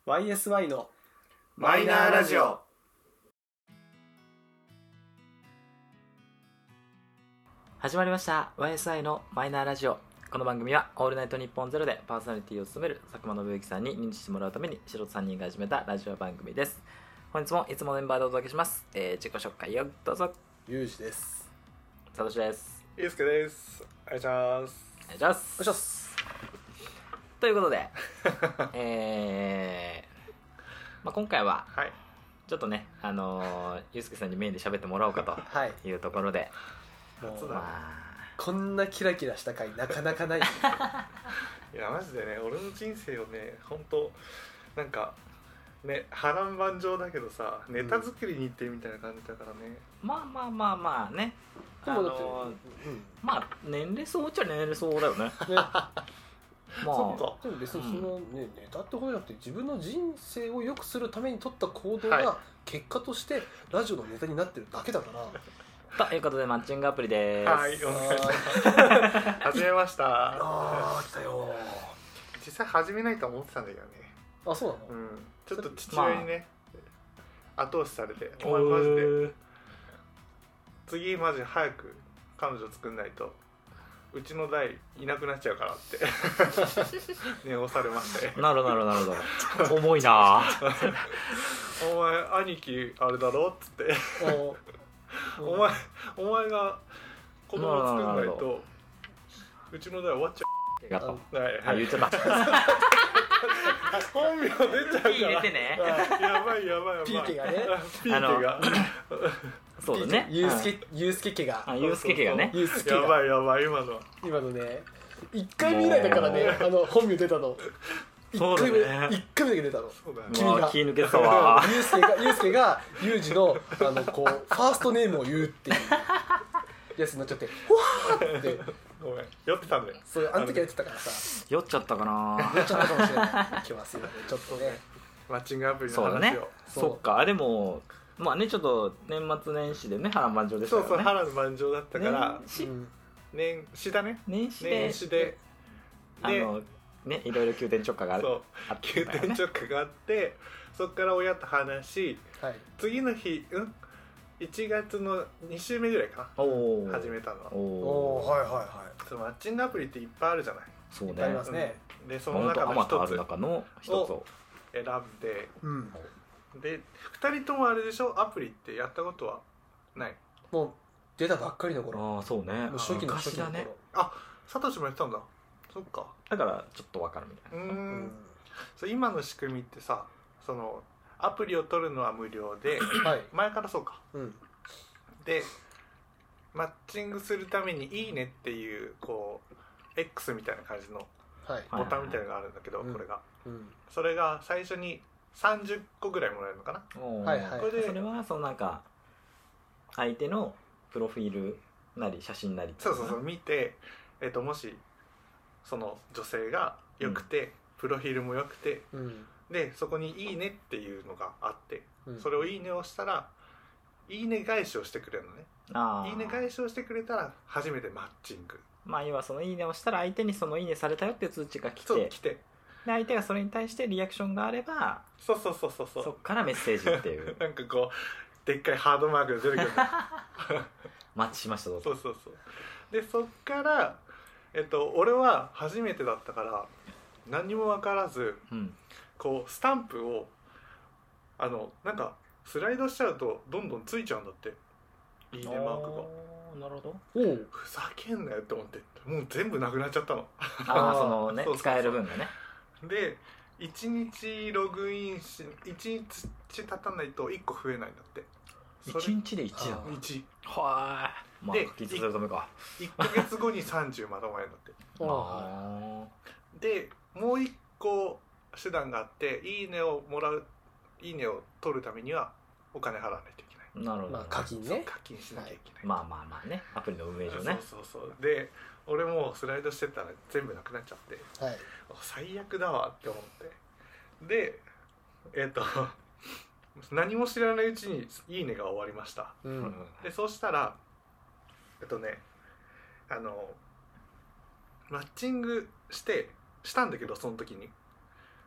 YSY のマイナーラジオ。 始まりました YSI のマイナーラジオ。この番組はオールナイトニッポンゼロでパーソナリティを務める佐久間信之さんに認知してもらうために素人3人が始めたラジオ番組です。本日もいつものメンバーでお届けします。自己紹介をどうぞ。 ゆうじです。 さとしです。 ゆうすけです。お願いします。 お願いします。 お願いします。 ということで今回ははい。 ちょっとねゆうすけさんにメインで喋ってもらおうかはい。 というところで、 もう初だまこんなキラキラした回なかなかない。 いやマジでね、俺の人生をね、本当なんかね、波乱万丈だけどさ、ネタ作りに行ってるみたいな感じだからね。 あね、 でもだって、 まあ年齢層っちゃ年齢層だよね。 ね、 そっか。 でも別にそのね、ネタってことじゃなくて自分の人生を良くするために取った行動はいが結果としてラジオのネタになってるだけだから。 ということでマッチングアプリです。 はい、お願いします。始めました。 あー来たよ実際始めないと思ってたんだけどね。 ー。あ、そうなの、 ちょっと父親にね、後押しされて、お前マジで次マジ早く彼女作んないとうちの代いなくなっちゃうからって念押されまして。 なるほど重いな。 お前兄貴あれだろっつってお前が子供作んないとうちの代終わっちゃやっう。 言っちゃった。 本名出ちゃうから。 いい入れてね。 やばい。 ピーケがね。 ピーケがそうだね。 ゆうすけ家が。 ゆうすけ家がね。 ゆうすけやが。 ばい今のね、1回目以来だからね、本名出たの。 そうだね。 1回目だけ出たの。 そうだよね。 君が気抜けてたわ。 ゆうすけがゆうじのこうファーストネームを言うっていうやつになっちゃって、わーってごめん酔ってたんだよ。 そうあの時やってたからさ、 酔っちゃったかな。 やっちゃったかもしれない。今日はすいません、ちょっとね。 マッチングアプリのそうだね話を。。 そっか。でもまあね、ちょっと年末年始でね波乱万丈でしたそうよね。 波乱万丈だったから年始年始だね。 年始年始でね、いろいろ急転直下があそうった急よね。 転直下があって、そっから親と話し、 はい。 次の日1月の2週目ぐらいかおな始めたのは。 おおお、はいはいはそのマッチングアプリっていっぱいあるじゃない。 そうい。ありねま。すね。 でそそのの中の中の一つ一つ中の一つを。 選んで、 うん。 で2人ともあれでしょ、アプリってやったことはない。 もう出たばっかりの頃。もああそうね。 う初期の初期の頃。 昔だね。 サトシもやってたんだ。そっか。 だからちょっとわかるみたいな。 うん。 そう今の仕組みってさ、そのアプリを取るのは無料ではい。 前からそうか。 うん。 でマッチングするためにいいねっていうこう X みたいな感じのはい。 ボタンみたいなのがあるんだけど、 うんこれがうん。 それが最初に30個ぐらいもらえるのかな。 おーはいはいこれでそれはそのなんか相手のプロフィールなり写真なりってことかな。 そう見て、もしその女性が良くて、プロフィールも良くて、 うん。 でそこに「いいね」っていうのがあって、 うん。 それを「いいね」をしたら「いいね」返しをしてくれるのね。 あーいいね返しをしてくれたら初めてマッチング。 まあ要はそのいいねをしたら相手にそのいいねされたよっていう通知が来て、 そう来て、 で相手がそれに対してリアクションがあればそうそっからメッセージっていうなんかこうでっかいハードマークが出てくるマッチしましたどうぞ。 そうでそっから俺は初めてだったから何にも分からず、 うん。 こうスタンプをなんかスライドしちゃうとどんどんついちゃうんだって、いいねマークが。 おーなるほど。 おう。 ふざけんなよって思って、もう全部なくなっちゃったの。 ああそのねそう使える分がね。 で1日ログインし1日経たないと1個増えないんだって。それ 1日で1やん。 あ 1 はーい。まあで課金させるためか。 ヶ月後に30まとまえるんだって。 あでもう1個手段があって、いいねをもらう、いいねを取るためにはお金払わないといけない。 なるほど。 まあ課金ね。 課金しなきゃいけない。 まあねアプリの運営上ね。 そうで俺もスライドしてたら全部なくなっちゃって、 はい。 最悪だわって思って、で何も知らないうちにいいねが終わりました。 うん。 でそうしたらマッチングしたんだけど、その時に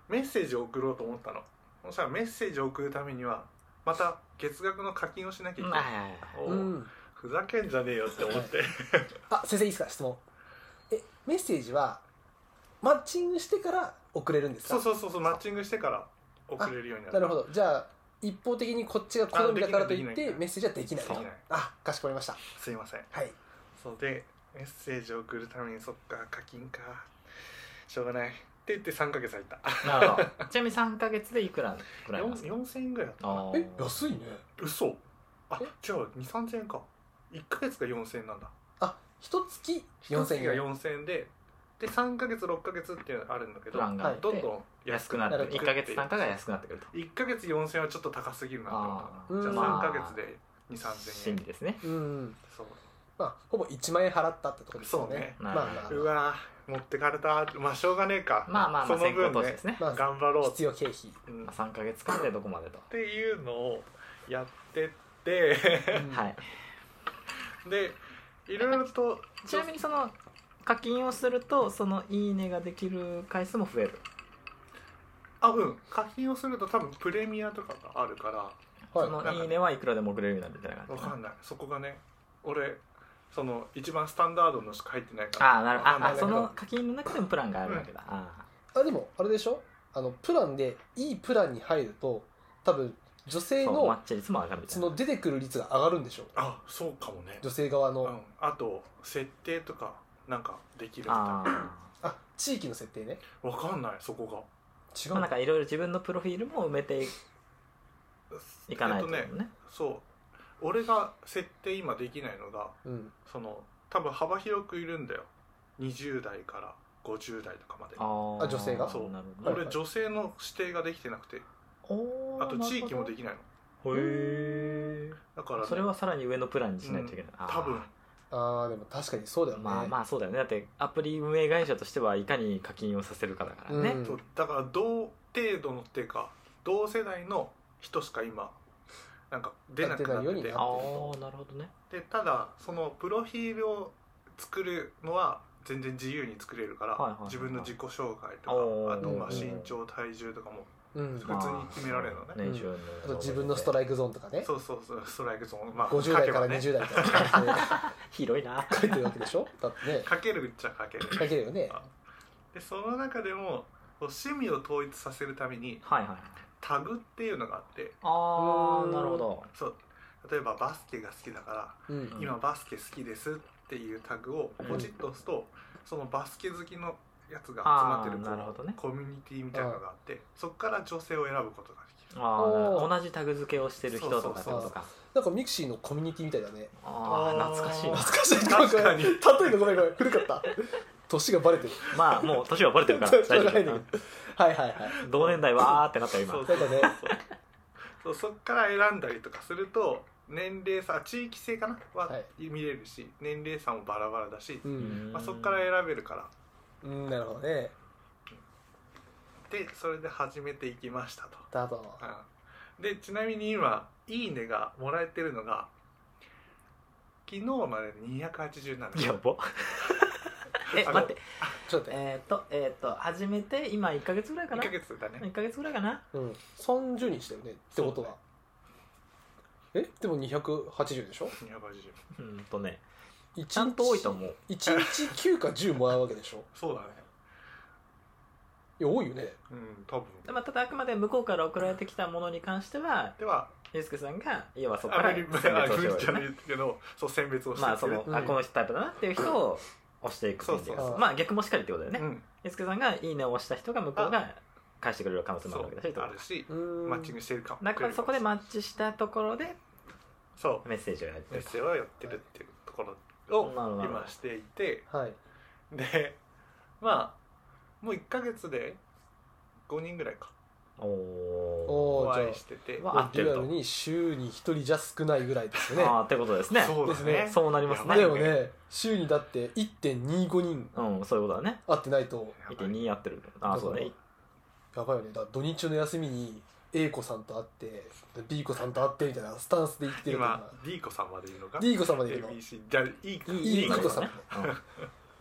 メッセージを送ろうと思ったの。そしたらメッセージを送るためにはまた月額の課金をしなきゃいけない、おふざけんじゃねえよって思って、 あ、先生いいですか、質問。メッセージはマッチングしてから送れるんですか？ そうマッチングしてから送れるようになる。 なるほど。じゃあ一方的にこっちが好みだからといってできないメッセージはできないと。 できない。 あ、かしこまりました。 すいません。 はい。 そうでメッセージを送るためにそっか課金かしょうがないって言って3ヶ月入った。 なるほど。ちなみに3ヶ月でいくらぐらいなんですか 4000円ぐらいだったかな。 安いね。 嘘。あ、違う、2、3000円か。1ヶ月が4000円なんだ。 あ、一月4000円。 が4000円で3ヶ月6ヶ月っていうのがあるんだけど、 プランがあってどんどん安くなってなる 1ヶ月単価が安くなってくると。 1ヶ月4000円はちょっと高すぎるなと思ったうんじゃあ3ヶ月で2、3000円。 心理ですね。 うん。 そう。 まあほぼ1万円払ったってとこですよね。 そうねまあなるまあうわー持ってかれた。まあしょうがねえか。 まあまあまあ先行その分ね投資ですね。 まあ頑張ろう必要経費。 うんっ 3ヶ月間でどこまでと。 ていうのをやってってうんはい。 でいろいろとちなみにその課金をするとそのいいねができる回数も増える。 課金をすると多分プレミアとかがあるからはい。 そのいいねはいくらでも送れるようになるみたいな感じ。 わかんない。そこがね俺その一番スタンダードのしか入ってないから。 ああなるわかんないその課金の中でもプランがあるわけだ。 あ、でもあれでしょ、プランでいいプランに入ると多分女性そうマのッチ率も上がるみたいな。 その出てくる率が上がるんでしょ、 あ、そうかもね。 女性側の。 あと設定とかなんかできるみたいああ、地域の設定ね。 わかんないそこが。 違あ。まあなんかいろいろ自分のプロフィールも埋めていかないとね。 そう俺が設定今できないのがうん。 その多分幅広くいるんだよ。20代から50代とかまで。 あ女性がそうなるほど。 俺女性の指定ができてなくて、あと地域もできないの。 へえ。 だからね、 それはさらに上のプランにしないといけない。 多分ああ、でも確かにそうだよね。 まあまあそうだよね。だってアプリ運営会社としてはいかに課金をさせるかだからね。 うんそうだから同程度のっていうか同世代の人しか今なんか出なくなってて、 出ないようになああなるほどね。 でただそのプロフィールを作るのは全然自由に作れるから、 はいはいはいはい自分の自己紹介とおーかあとまあうん身長体重とかもうん。 普通に決められるのね、 年収のあと自分のストライクゾーンとかね。 そうストライクゾーン、まあ、 50代から書けばね 20代みたいな感じで広いな。 書いてるわけでしょ。だってね、 書けるっちゃ書ける書けるよね。 でその中でもこう趣味を統一させるためにはいはい。 タグっていうのがあって、 ああなるほど。 そう例えばバスケが好きだから、 うん。 今バスケ好きですっていうタグをポチッと押すと、そのバスケ好きのやつが集まってるあーなるほどねコミュニティみたいなのがあってそこから女性を選ぶことができる。 ああなるほおーど。同じタグ付けをしてる人とかってことか。 なんかミクシーのコミュニティみたいだね。 ああ懐かしいな。 懐かしい。 確かに例えばごめん古かった。年がバレてる。 まあもう年はバレてるから大丈夫。 はいはいはい。 同年代わーってなったよ今。 そうなんかね。 そっから選んだりとかすると年齢差地域性かなははい見れるし、年齢差もバラバラだし、 うん。 まあ、そこから選べるからうん、なるほどね。 でそれで始めていきましたと。 だと。 でちなみに今いいねがもらえてるのが昨日までで287 やば。 あの待って。 ちょっと待って。 始めて今1ヶ月ぐらいか 1 な。 ヶ月だね。 1ヶ月ぐらいかな。 うん。30日だよね。ってことは。でも280でしょ。 280 ね。 ちちゃんと多いと思う。 1日9か10もらうわけでしょ。 そうだね。 いや多いよね。 うん多分まあ、ただあくまで向こうから送られてきたものに関してはではゆうすけさんが要はそこからあまり選別をしよじゃないうよね。 けどそう選別をしてまあその、 うんあこの人タイプだなっていう人を押していくっていう意味でそうそうまあ逆もしっかりってことだよね。 うんゆうすけさんがいいねを押した人が向こうが返してくれる可能性もあそうるわけだしってことあるしうん。 マッチングしてるかもだからそこでマッチしたところでそうメッセージをやってるメッセージをやってるっていうところをなるほど今していてはい。 でまあもう1ヶ月で5人ぐらいかおおおーじゃあ会いしててわ合ってるとリアルに週に1人じゃ少ないぐらいですよね。 ああってことですね。 そうだですねそうなりますねでもね、週にだって 1.25 人うんそういうことだね。 会ってないと 1.2やってる。ああそうね。 やばいよね。だから土日の休みに A 子さんと会って B 子さんと会ってみたいなスタンスで生きてるから今 D 子さんまでいるのか D 子さんまでいるの。 ABC じゃあいいいいことさん。 うん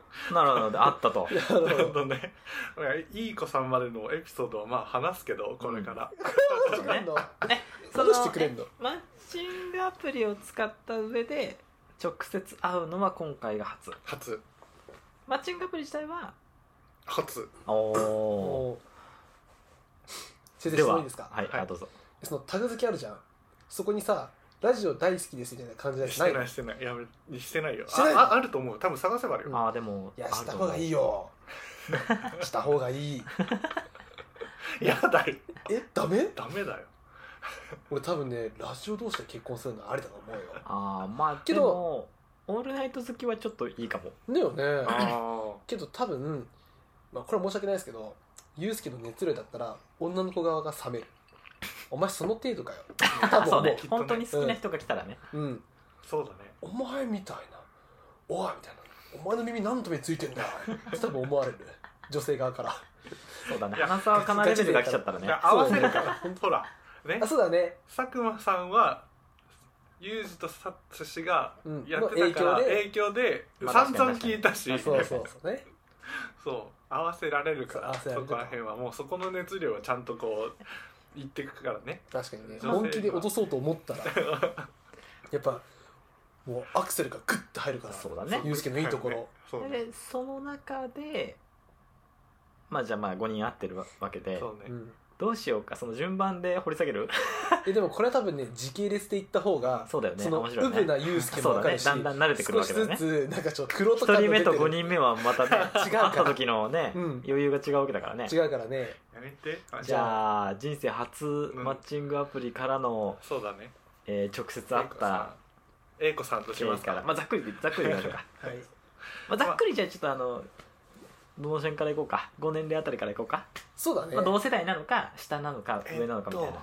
なるほど、あったと。 どんどんね、いい子さんまでのエピソードをまあ話すけど、これから、 話してくれんのそ話してくれんのマッチングアプリを使った上で直接会うのは今回が初。 初マッチングアプリ自体はおお先生では質問いいですか？ はい、 はいどうぞ。 そのタグ付けあるじゃん。そこにさラジオ大好きですみたいな感じじゃしてないしてないやめしてないよ。 してないあると思う。多分探せばあるよ。 ああでもいやした方がいいよ。 よした方がいい。 やだよ。 ダメ？ ダメだよ。 俺多分ねラジオ同士で結婚するのありだと思うよ。 ああまあけどでもオールナイト好きはちょっといいかも。 だよね。 あけど多分、まあ、これは申し訳ないですけどユうスケの熱量だったら女の子側が冷める。お前その程度かよ多分そうねきっとね本当に好きな人が来たらね、 うんそうだね。 お前みたいなおいみたいなお前の耳何と目ついてんだって多分思われる女性側からそうだね、 いや花澤香菜レベルが来ちゃったらね。 合わせるから。ほらねあ、そうだね、 佐久間さんはユージとサツシがうんやってたからの影響でまあ散々聞いたし、 そうそうそうねそう合わせられるから、 そう合わせられるそこら辺はもうそこの熱量はちゃんとこう言ってくからね。 確かにね女性本気で落とそうと思ったらやっぱもうアクセルがグッと入るからそうだねユうスケのいいところ、 そうねでその中でまあじゃあまあ5人会ってるわけで、 そうね、 うん、 どうしようか、その順番で掘り下げる。 でもこれは多分ね時系列でいった方がそうだよね、 その面白いね。 ウブなユうスケもそうだね、 分かるし、 だんだん慣れてくるわけだよね。 少しずつなんかちょっと黒とか 1人目と5 人人目はまたね違うから会った時のね、 うん余裕が違うわけだからね。 違うからねやめて。 じゃあ人生初んマッチングアプリからの、 そうだね。 直接会った英子さんとし経緯か、 ますからら。 まあ、ざっくりいきましょうか、 はいまあ、ざっくりじゃあちょっとどの辺からいこうか、5年齢あたりからいこうか、 そうだね、 まあ、同世代なのか下なのか上なのかみたいな、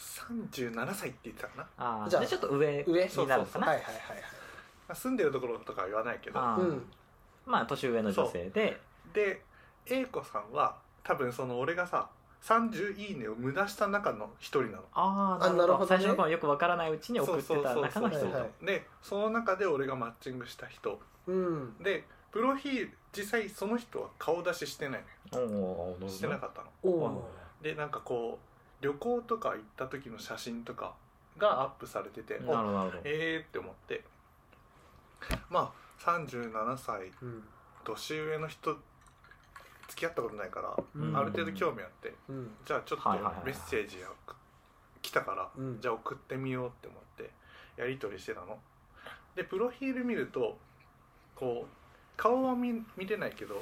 37歳って言ってたかな。 じゃああじゃあちょっと上上になるのかな。 はいはいはい住んでるところとかは言わないけど。 あーはいうんまあ年上の女性で、 で英子さんは多分その俺がさ30いいねを無駄した中の一人なの。 ああなるほど、 なるほどね最初の頃よくわからないうちに送ってた中の一人とそうそうそうはいでその中で俺がマッチングした人うんでプロフィール実際その人は顔出ししてないおおのよ。してなかったの。 おおでなんかこう旅行とか行った時の写真とかがアップされてて、 なるほどなるほど、 って思って、まあ37歳うん年上の人付き合ったことないから、 うんある程度興味あって、 うんじゃあちょっとはいはいはいはいメッセージが来たから、 うんじゃあ送ってみようって思ってやり取りしてたの。でプロフィール見るとこう顔は見れないけど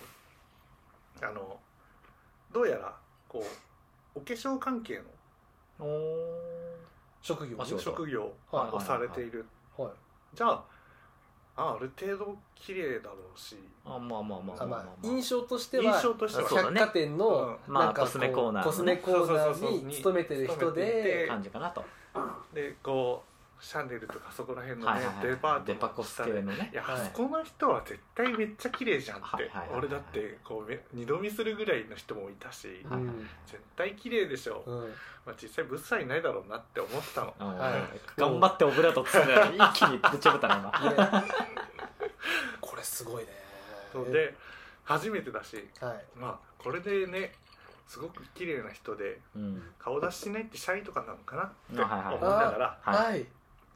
どうやらこうお化粧関係のお職業あ仕事職業はいをされている。 はいじゃあある程度綺麗だろうし、 あまあまあまあまあまあ、 あまあまあ、 印象としては印象としてはそうだね百貨店のまあなんかこうコスメコーナーのねコスメコーナーに勤めてる人勤めていでて感じかなと。 でこうシャネルとかそこら辺のね、 はいはいはい、 デパートデパコス系のねいや、 はいあそこの人は絶対めっちゃ綺麗じゃんって、 はいはいはいはい俺だってこう二度見するぐらいの人もいたし、 はいうん絶対綺麗でしょ、 うんまあ、実際物産いないだろうなって思ってたの。 はい頑張ってオブラート包んで一気にぶち破ったな今。 ねこれすごいねそうで初めてだし、 はいまあこれでねすごく綺麗な人でうん、 顔出ししないってシャイとかなのかなってはいはいはい思いながら、 はいはい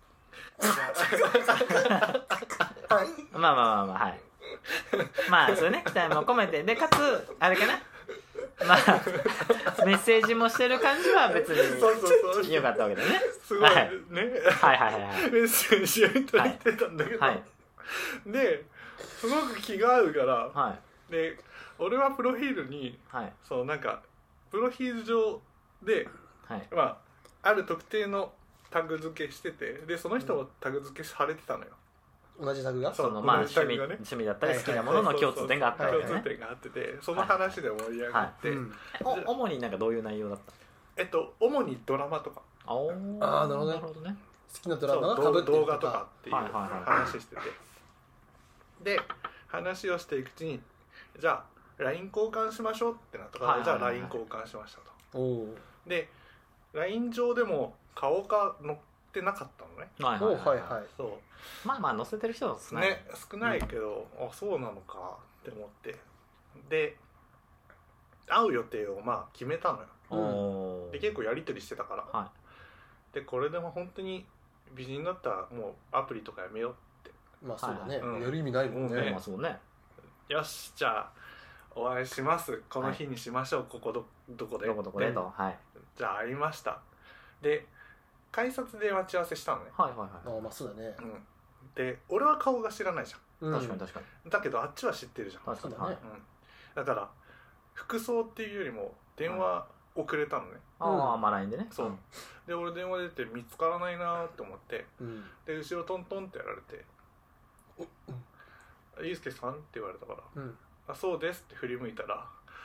まあまあまあまあはい。まあそれね期待も込めてでかつあれかな。まあメッセージもしてる感じは別にそうそうそう良かったわけだね。 すごいね、 はいはいはいはいメッセージをいただいてたんだけど、 はいですごく気が合うからはいで俺はプロフィールにはいそうなんかプロフィール上で、 はいまあ、ある特定のタグ付けしててでその人もタグ付けされてたのよ。 同じタグがそうそのまあ同じタ趣グがね味だったり好きなものの共通点があったわけだね。 共通点があっててその話で盛り上がって、 うん主になんかどういう内容だった主にドラマとかおあーなるほどねなるほどね。 好きなドラマがそう被ってる動画とかっていうはいはいはい話しててで話をしていくうちにじゃあ LINE 交換しましょうってなったから、 はいはいはいじゃあ LINE 交換しましたと。 おおで LINE 上でも顔が載ってなかったのね。 はいおはいはいそうまあまあ載せてる人は少ない。 ね少ないけど、あそうなのかっって思って、で会う予定をまあ決めたのよ。 おーで結構やり取りしてたから、 はでこれでも本当に美人だったらもうアプリとかやめようって、 まあそうだね、 うんやる意味ないもんい、 ね、 まあそうね、 よしじゃあお会いします、この日にしましょう、ここどこでどこどこでと、はいじゃあ会いました。で改札で待ち合わせしたのね、 はいはいはい、 ああまあそうだね、 うん、で俺は顔が知らないじゃん、 うん、 確かに確かにだけどあっちは知ってるじゃん、 確かに、 そうだねはい、 だから服装っていうよりも電話をくれたのね、 ああまあ LINE でね、 そうで俺電話出て見つからないなって思って、 うんで後ろトントンってやられて「ゆうすけさん?」って言われたからうん 「あそうです」って振り向いたら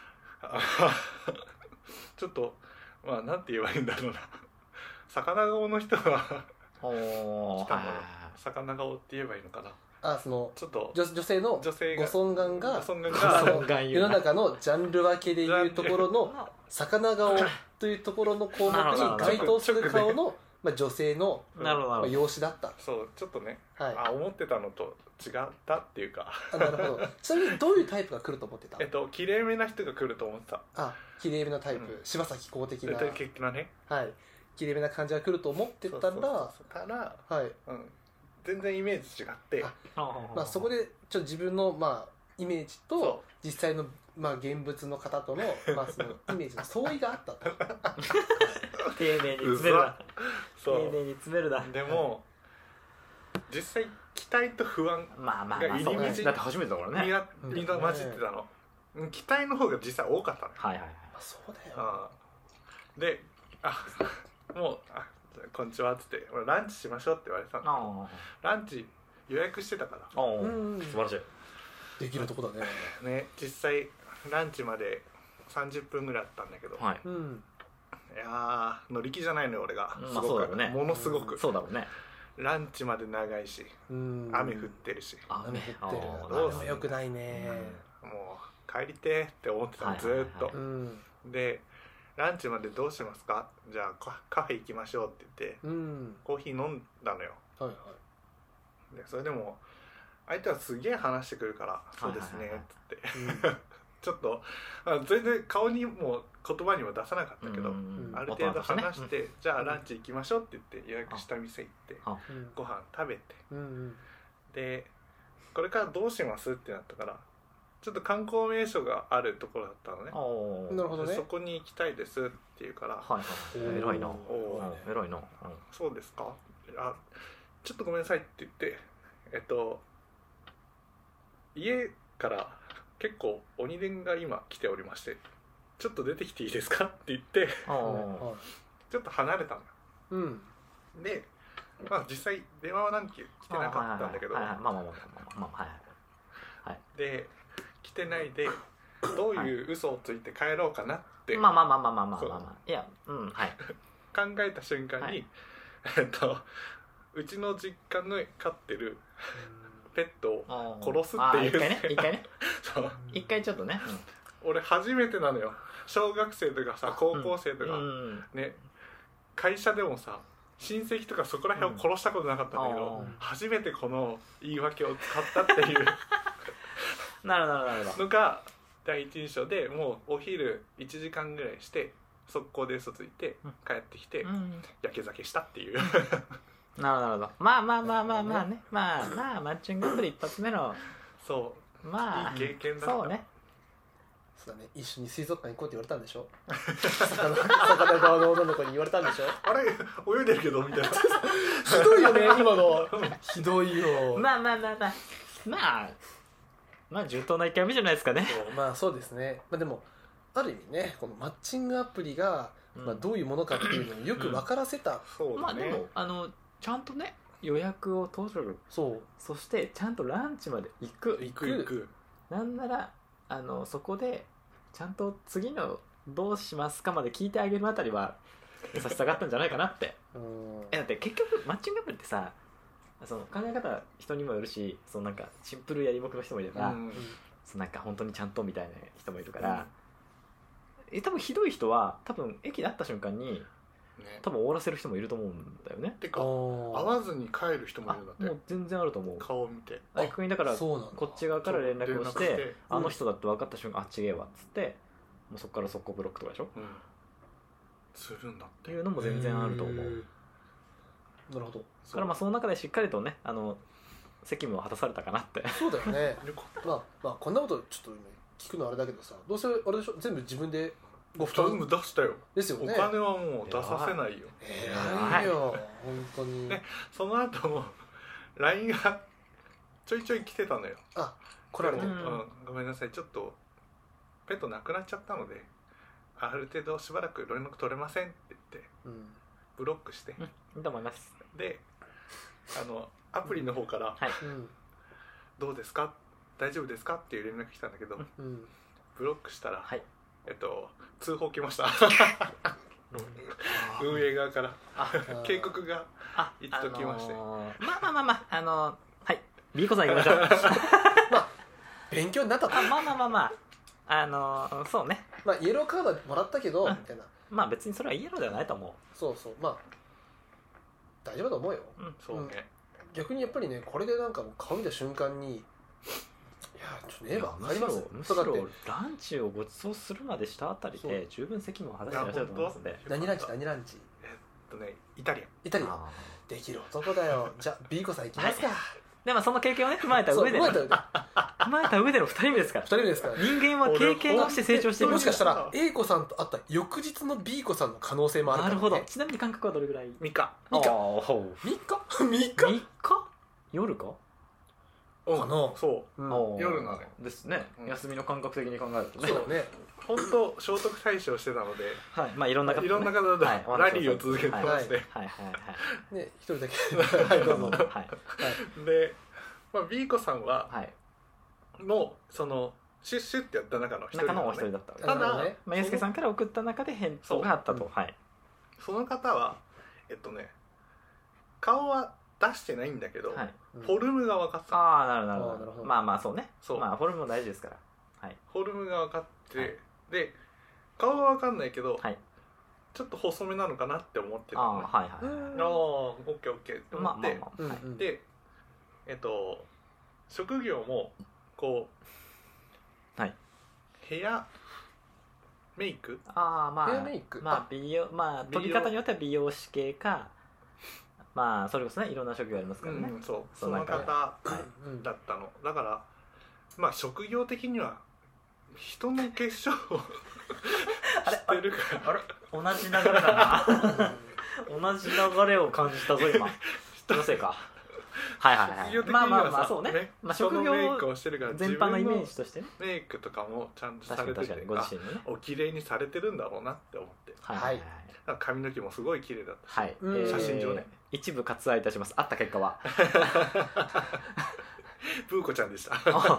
ちょっとまあなんて言えばいいんだろうな魚顔の人がおー来たのよ、 はい魚顔って言えばいいのかな、 あそのちょっと女性の女性がご尊顔がご尊顔あがの世の中のジャンル分けでいうところの魚顔というところの項目に該当する顔の、まあ、女性の、まあ、 なるほどなるほど、 容姿だった。 そうちょっとね、 はい、 あ思ってたのと違ったっていうかあなるほど。ちなみにどういうタイプが来ると思ってた？ 綺麗めな人が来ると思ってた、 あ、綺麗めなタイプ、 うん柴咲コウ的な、 的なねはい、綺麗めな感じが来ると思ってたら、 そうたら、 はい、 うん、全然イメージ違ってまあそこで自分のまあイメージとそ実際のまあ現物の方とのまあそのイメージの相違があったと。 丁寧に詰めるな、 そう丁寧に詰めるな、 でも実際期待と不安まあまあまあが入りそうね口だって初めてだからね、 に混じってたの、期待の方が実際多かったのよ、 はいはいはい、 まあそうだよ。 あーでもうこんにちはっつってランチしましょうって言われてたの、ランチ予約してたからああ、 うん素晴らしい、 できるとこだね。 ね、実際ランチまで30分ぐらいあったんだけど、 はい、 うん。 いやー乗り気じゃないのよ俺が、 まあすごくそうだろうねものすごく、 そうだろうね、 ランチまで長いしうん。 雨降ってるし、 雨降ってる。 あー雨も良くないね。 もう帰りてーって思ってたの、 はいずーっと、 うん。 でランチまでどうしますか、じゃあカフェ行きましょうって言ってうん。 コーヒー飲んだのよ。 はいはい。 でそれでも相手はすげえ話してくるから「そうですね」っつってちょっと全然顔にも言葉にも出さなかったけど、 うんある程度話して、 うんじゃあランチ行きましょうって言って予約した店行ってうん。 ご飯食べて、 うん。 でこれからどうしますってなったからちょっと観光名所があるところだったのね。 おーなるほどねでそ。こに行きたいですって言うから「 はいはい、偉いな、 おー偉いな、 そうですか、あちょっとごめんなさい」って言って家から結構鬼伝が今来ておりまして「ちょっと出てきていいですか?」って言っておちょっと離れたのよ。 うん。 で、まあ、実際電話は何件来てなかったんだけど、 まあまあまあまあ、はいで来てないでどういう嘘をついて帰ろうかなって考まあまあまあまあまあまあまあまあ、いや、うん、はい、 えた瞬間に、 はい、 うちの実家の飼ってるペットをおー殺すっていう一回ね、一回ね、 そう一回ちょっとね、 俺初めてなのよ。小学生とかさ高校生とか、 うん、 ね会社でもさ親戚とかそこら辺を殺したことなかったんだけど、 うん初めてこの言い訳を使ったっていうなるほどなるほど、 のが第一印象で、もうお昼1時間ぐらいして速攻で嘘ついて帰ってきて、やけ酒したっていうなるほどなるほど、まあまあまあまあまあね、まあまあマッチングアプリ一発目のそまあいい経験だったそうね、 そうだね。一緒に水族館行こうって言われたんでしょ。魚側の女の子に言われたんでしょ。 あれ泳いでるけどみたいなひどいよね今の。ひどいよ。 まあまあまあまあまあまあ順当な1回目じゃないですかね。 まあそうですね。まあでもある意味ね、このマッチングアプリが、まあ、どういうものかっていうのをよく分からせた、 そうだね、 まあでもちゃんとね予約を取る、 そうそしてちゃんとランチまで行く、 行くなんならそこでちゃんと次のどうしますかまで聞いてあげるあたりは優しさがあったんじゃないかなってだって結局マッチングアプリってさ、その考え方人にもよるし、そのなんかシンプルやりもくの人もいれば、そのなんか本当にちゃんとみたいな人もいるから、多分ひどい人は多分駅で会った瞬間にね多分終わらせる人もいると思うんだよね。 てか会わずに帰る人もいあるんだってもう全然あると思う。 顔を見て逆にだからそうなんだこっち側から連絡をしそう連絡しててあの人だって分かった瞬間あ違えわっつってもうそこから速攻ブロックとかでしょっうんするんだってていうのも全然あると思う。 なるほど。 だからまあその中でしっかりとね責務を果たされたかなってそうだよねよかっまあこんなことちょっと今聞くのあれだけどさ、どうせあれでしょ、全部自分でご負た全担部出したよおですよね。 金はもう出させないよ偉いよ本当に。 ねその後も LINE がちょいちょい来てたのよ来られてる。 うんごめんなさいちょっとペット亡くなっちゃったのである程度しばらく連絡取れませんって言ってうんブロックしていいと思います。 でアプリの方からはいうん 「どうですか大丈夫ですか?」っていう連絡来たんだけどうんブロックしたらはい通報来ました運営側から警告が一度来ましてはいビーコさん行きましょう勉強になったと。 そうねまあイエローカードもらったけどうんみたいな。 まあ別にそれはイエローではないと思そうそう、まあ大丈夫だと思うよ。 う。うんそうね逆にやっぱりね、これでなんかもう顔見た瞬間に、いやちょっとねえわむかりますよ。 むしそうだってろランチをご馳走するまでしたあたりそうで十分責務を果たしていらっしゃると思いますので。 何ランチ何ランチイタリアンイタリアンあできる男だよ。じゃあビーコさん行きますか。 ーでもその経験をね踏まえたそう上でね覚えたよ踏まえた上での2人目ですから 2人目ですからね。 人間は経験をして成長しているもしかしたら A 子さんと会った翌日の B 子さんの可能性もあるからね。 なるほど。ちなみに間隔はどれぐらいミカ 3日ほ 3日3日 3日夜かうんかなそううん夜なのよですね、 うん休みの感覚的に考えるとねそうね。 本当聖徳太子をしてたのではいまあいろんな方いろんな方とはいラリーを続けてましてはいはいはいね一人だけはいどうぞ。 はいはいでB 子さんははいもうそのシュッシュってやった中の一人中のおなのね一人だったわけただなるほどねまあ、ゆうすけさんから送った中で返答があったと、 そうはいその方は顔は出してないんだけどはいうんフォルムが分かってたああなるほどなるほどあーなるほどまあまあそうねそうまあフォルムも大事ですからはいフォルムが分かって、 はいで顔は分かんないけど、 はいちょっと細めなのかなって思ってたあのねあはいはいうんああオッケーオッケーって思って、 まあまあまあ、はいうんうんで職業もこうはいヘアメイクああまヘアメイクあまあ美容まあ取り方によっては美容師系かまあそれこそねいろんな職業ありますからね、 そうそその方の中でうんだったのだからまあ職業的には人の化粧をしてるからあれ同じ流れだな同じ流れを感じたぞ今気のせいかはいはいはい職業的にまあまあはさまあそうねねまあ人職業のメイクをしてるから全般のイメージとしてねメイクとかもちゃんとさ確かにれてて確かにご自身のねお綺麗にされてるんだろうなって思ってはいはいはいなんか髪の毛もすごい綺麗だったしはい、 うん写真上ね一部割愛いたしますあった結果はブーコちゃんでした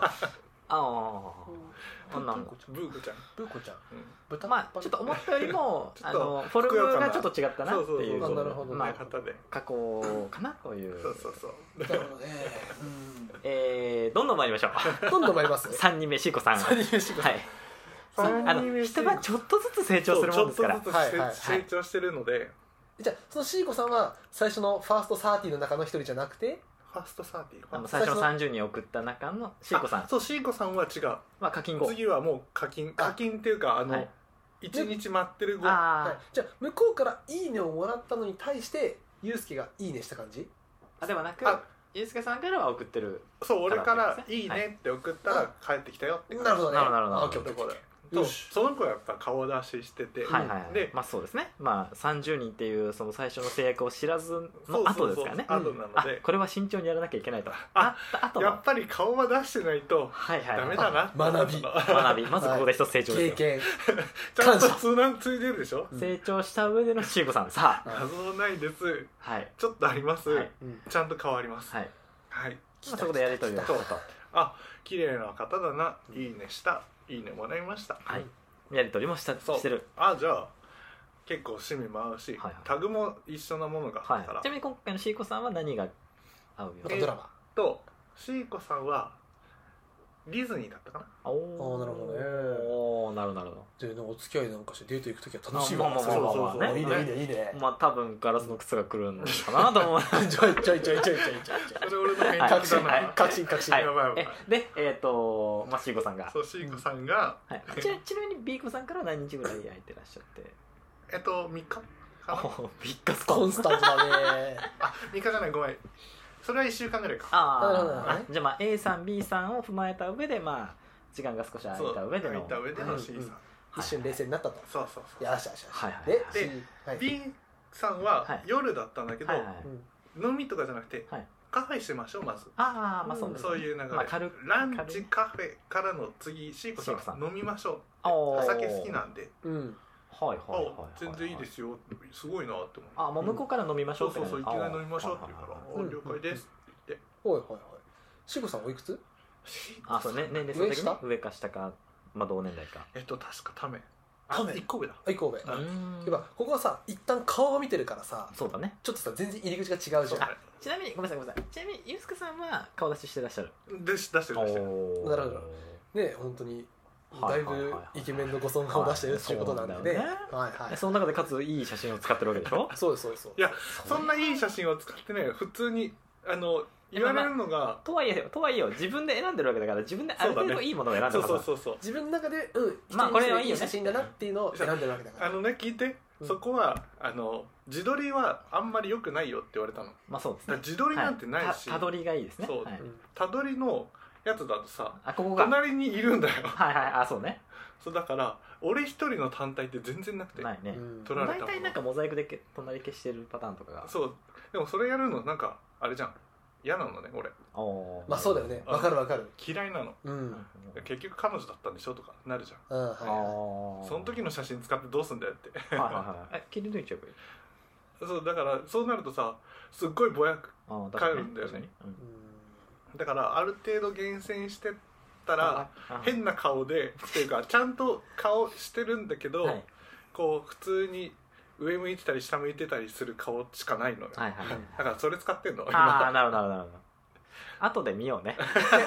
なんだブーコちゃん、 ブーコちゃんうん豚まあちょっと思ったよりもちょっとフォルムがちょっと違ったなってそうそういうそうなるほどまあ方で加工かなというそうそうそうなるほどねどんどん参りましょうどんどん参ります 3人目シーコさん三人目シーコさんはい三人目人はちょっとずつ成長するもんですからそうちょっとずつはいはい成長してるのでじゃあそのシーコさんは最初のファースト30の中の一人じゃなくてファーストサーティー最初の30人送った中のシーコさんそうシーコさんは違うは課金後次はもう課金っていうかはい 1日待ってる後あはいじゃあ向こうからいいねをもらったのに対してユうスケがいいねした感じあではなくあゆうすけさんからは送ってるそう俺から「 そういいね」って送ったら帰ってきたよってなるほどねなるほどなるほどあオッケーオッケーところでよしその子はやっぱ顔出ししててはいはいはいでまあそうですねまあ30人っていうその最初の制約を知らずの後ですからねそうそうそう後なあのでこれは慎重にやらなきゃいけないとあった後のやっぱり顔は出してないとはいはいダメだなって思った学び学びまずここで一つ成長ですよ経験ちゃんとついでるでしょ成長した上でのシーコさんさあ謎ないですはいちょっとありますはいうんちゃんと変わりますはいはいまあそこでやり取りをしたとあ綺麗な方だないいねしたいいねもらいましたはいやり取りもしてるあじゃあ結構趣味も合うし、 はいはいタグも一緒なものがあったから、 はいちなみに今回のシーコさんは何が合うよまたドラマとシーコさんはディズニーだったかな。 おお、 なるほどね。 おお、なるほどなるほでなんかお付き合いなんかしてデート行くときは楽しいまあわ。 まあまあまあまあねいいねいいねいいねど。まあ多分ガラスの靴が来るのかなと思う。 ちょいちょいちょいちょいちょいちょいそれ俺の返確信答だな。 確信確信。 やばいやばい。 でまあシーコさんが、 そうシーコさんがはい、ちなみにビーコさんからは何日ぐらい空いてらっしゃって。 3日かな。 ビッカスコン。 コンスタントだね。 あ3日じゃない、ごめん、それは1週間ぐらいか。 あなるほどねあ、じゃあまあ A さん B さんを踏まえた上で、まあ時間が少し空いた上での。 空いた上での C さん。 一瞬冷静になったと。 そうそうそう。 よしよしよし。 はいはいでで C はい B さんははい夜だったんだけど、 はいはい。 うん飲みとかじゃなくて、 はいカフェしましょうまず。 ああ、まあそうですね。 そういう流れ、 まあ軽くランチカフェからの次シーコさシーコさんん飲みましょう。 おーお酒好きなんで、 うん。 はいはいはいはい。 全然いいですよ、すごいなって思う。 あ、もう向こうから飲みましょってそううそうそう、いきなり飲みましょうって言うから、 はいはいはい了解ですってはいはいはい。しごさんおいくつ？ 言って。 あ、そうね、年齢層的に上下上か下か、まあ同年代か。 確かため。 ため 1個上だ。 はい神戸。 うやっんぱここはさ一旦顔を見てるからさ、 そうだね。 ちょっとさ全然入り口が違うじゃん。 あちなみにごめんなさいごめんなさい。ちなみにユースケさんは顔出ししてらっしゃる。 出してる出してる。 おーなるほどね本当にだいぶイケメンのご尊顔を出してるっていうことなんでね。 はいそうなんだよねはいはい。 その中でかついい写真を使ってるわけでしょ。 そうですそうです。 いや、そんないい写真を使ってね、普通に言われるのが、 とはいえよ、自分で選んでるわけだから自分である程度いいものを選んでそうるからそうそうそう。 自分の中でまあこれはいいよねいい写真だなっていうのを選んでるわけだから。 聞いて、 うんそこは自撮りはあんまり良くないよって言われたの。 まあそうですねだから。自撮りなんてないし、 たどりがいいですね。 そうはいたどりのやつだとさ、 あ、ここが。はい隣にいるんだよ。 はい、あ、そうね。 そうだから俺一人の単体って全然なくて、 ないね。 うん撮られたもの大体なんかモザイクで隣消してるパターンとかが。 そうでもそれやるのなんかあれじゃん、嫌なのね俺。 おーまあそうだよね。わかるわかる。 嫌いなの。 うん。 結局彼女だったんでしょとかなるじゃん。 うんあはーその時の写真使ってどうすんだよってはいはいはい。切り抜いちゃうかそうだからそうなるとさ、すっごいぼやく。 ら。 帰るんだよね確かに。うんい。 だからある程度厳選してったらあ変な顔でっていうかちゃんと顔してるんだけど、 はいこう普通に上向いてたり下向いてたりする顔しかないのよ、 はいはいはい。 だからそれ使ってんのあ今。 あ、なるほどなるほどなるほど。後で見ようね。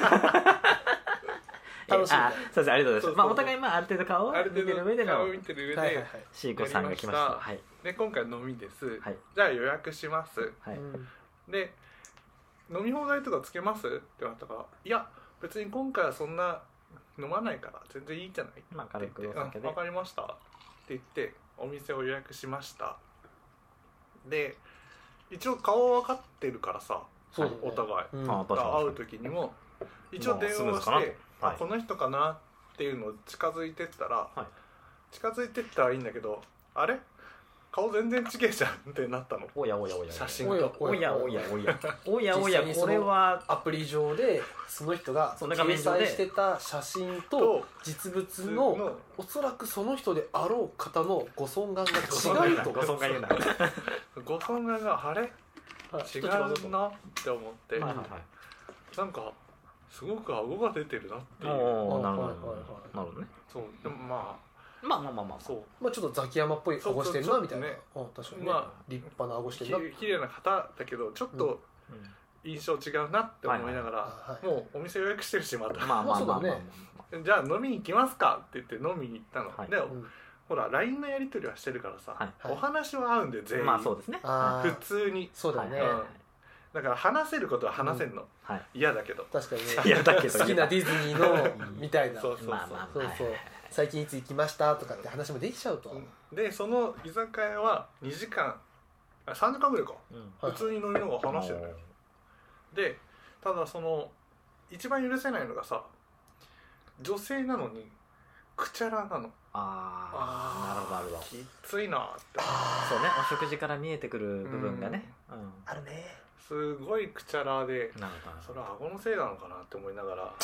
楽しみだあそうです、ありがとうございます。 そうそうそうまあお互いまあある程度顔をある程見てる上での度顔見てる上で、 はいはいはい。 シーコさんが来ました。 やりましたはいで今回飲みです、 はいじゃあ予約しますはい。 で飲み放題とかつけますって言われたから、いや別に今回はそんな飲まないから全然いいんじゃないまあ軽くって言ってお酒で分かりましたって言ってお店を予約しました。で一応顔は分かってるからさ、 そうだねお互い、 うんあ確かに会う時にも一応電話をして、 まあスムーズかなとはいあこの人かなっていうのを近づいてったら、 はい近づいてったらいいんだけど、あれ顔全然違えじゃんってなったの。 おやおやおや。 写真おやおやおやおや。おやおや、 実際にそのこれは。 アプリ上でその人がその画面掲上で載してた写真とと実物のおそらくその人であろう方のご尊顔が違うとご尊顔言うな。 ご尊顔があれはい違うなって思って、 はいはいはい。 なんかすごく顎が出てるなっていう。 おー、なるほどはいはいはいなるほどね。 そうでもままあまあまあまあ。 あそうまあちょっとザキヤマっぽい顎してるなみたいな。 そううん確かにねまあ立派な顎してるな。 綺麗な方だけどちょっとうん印象違うなって思いながら、 はいもうお店予約してるしまた、 まあまあまあまあまあ。 じゃあ飲みに行きますかって言って飲みに行ったの、 はいで、 うんほら LINE のやり取りはしてるからさ、 はいはいお話は合うんで全員、 まあそうですね。 あー普通にそうだよねはいはいはいだから話せることは話せんの、 はい。 嫌だけど確かにねいやだけど好きなディズニーのみたいなそうそうそう、 まあまあそうそう最近いつ行きましたとかって話もできちゃうと。 でその居酒屋は2時間3時間ぐらいかうんはい普通に飲みながら話してるのよ、でただその一番許せないのがさ、女性なのにくちゃらなの。 ああ、なるほどなるほど。 きついなってそうね、お食事から見えてくる部分がね。うん。 あるね。 すごいくちゃらで、 なるほそれは顎のせいなのかなって思いながら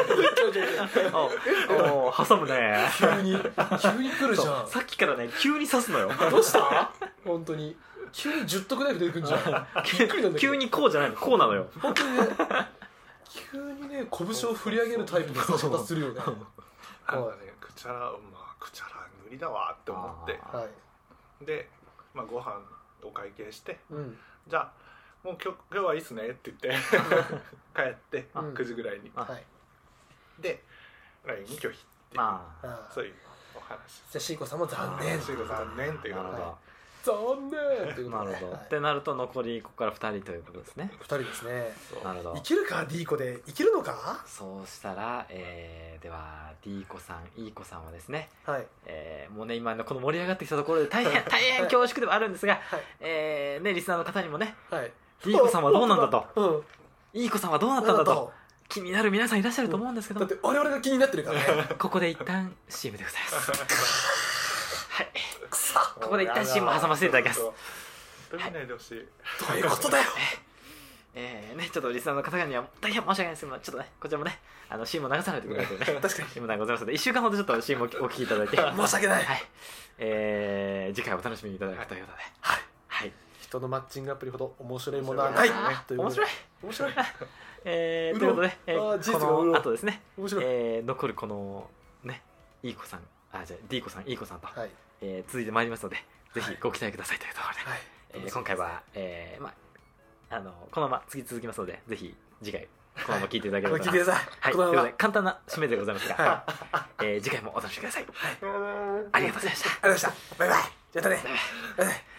ど。おお、挟むね。 急に来るじゃん。 さっきからね、急に刺すのよ。 どうした本当に。急に10得ナイフ出てくんじゃん。びっくりなんだけど。 急にこうじゃないの、こうなのよ。 本当にね、急にね、拳を振り上げるタイプの刺し方するよね。 なんかねくちゃらくちゃら無理だわって思って、 あはい。 で、まあ、ご飯お会計して、 うん。 じゃあもう今日はいいっすねって言って帰ってあ 9時ぐらいにあはい。 で LINE に拒否っていう、 まあああそういうお話。 じゃあシーコさんも残念シーコ残念っていうなるほど、 のが残念というなるほど、 はいってなると残りここから2人ということですね。 2人ですね。 そうなるほど。 生きるか D 子で生きるのか。 そうしたら、では D 子さん E 子さんはですね、 はいもうね今のこの盛り上がってきたところで大変恐縮ではあるんですが、 はいねリスナーの方にもねはい D 子さんはどうなんだと、 うん E 子さんはどうなったんだと気になる皆さんいらっしゃると思うんですけども、 だって我々が気になってるからね。 ここで一旦 CM でございますはい、 くそここで一旦 CM を挟ませていただきます。 本当に見ないでほしい。 どういうことだよ。 ね、ちょっとリスナーの方々には大変申し訳ないですけど、ちょっとねこちらもねCM を流さないといけないというね確かに CM がございますので1週間ほどちょっと CM をお聞きいただいて申し訳ない。 はい、次回お楽しみにいただくということで、 はいはい、 人のマッチングアプリほど面白いものはないあということで面白い面白いということで、 あー事実がこの潤う後ですね、 面白い。 残るこのねいい子さんじゃあ D 子さんいい子さんと、 はい続いてまいりますのでぜひご期待くださいというところで、 はい。 今回は、このまま次続きますのでぜひ次回このまま聞いていただければと聞いてください。 はい、 ことのままいうことで簡単な締めでございますが、次回もお楽しみください。ありがとうございました。 ありがとうございました。バイバイ。じゃあまたね。バイバイ。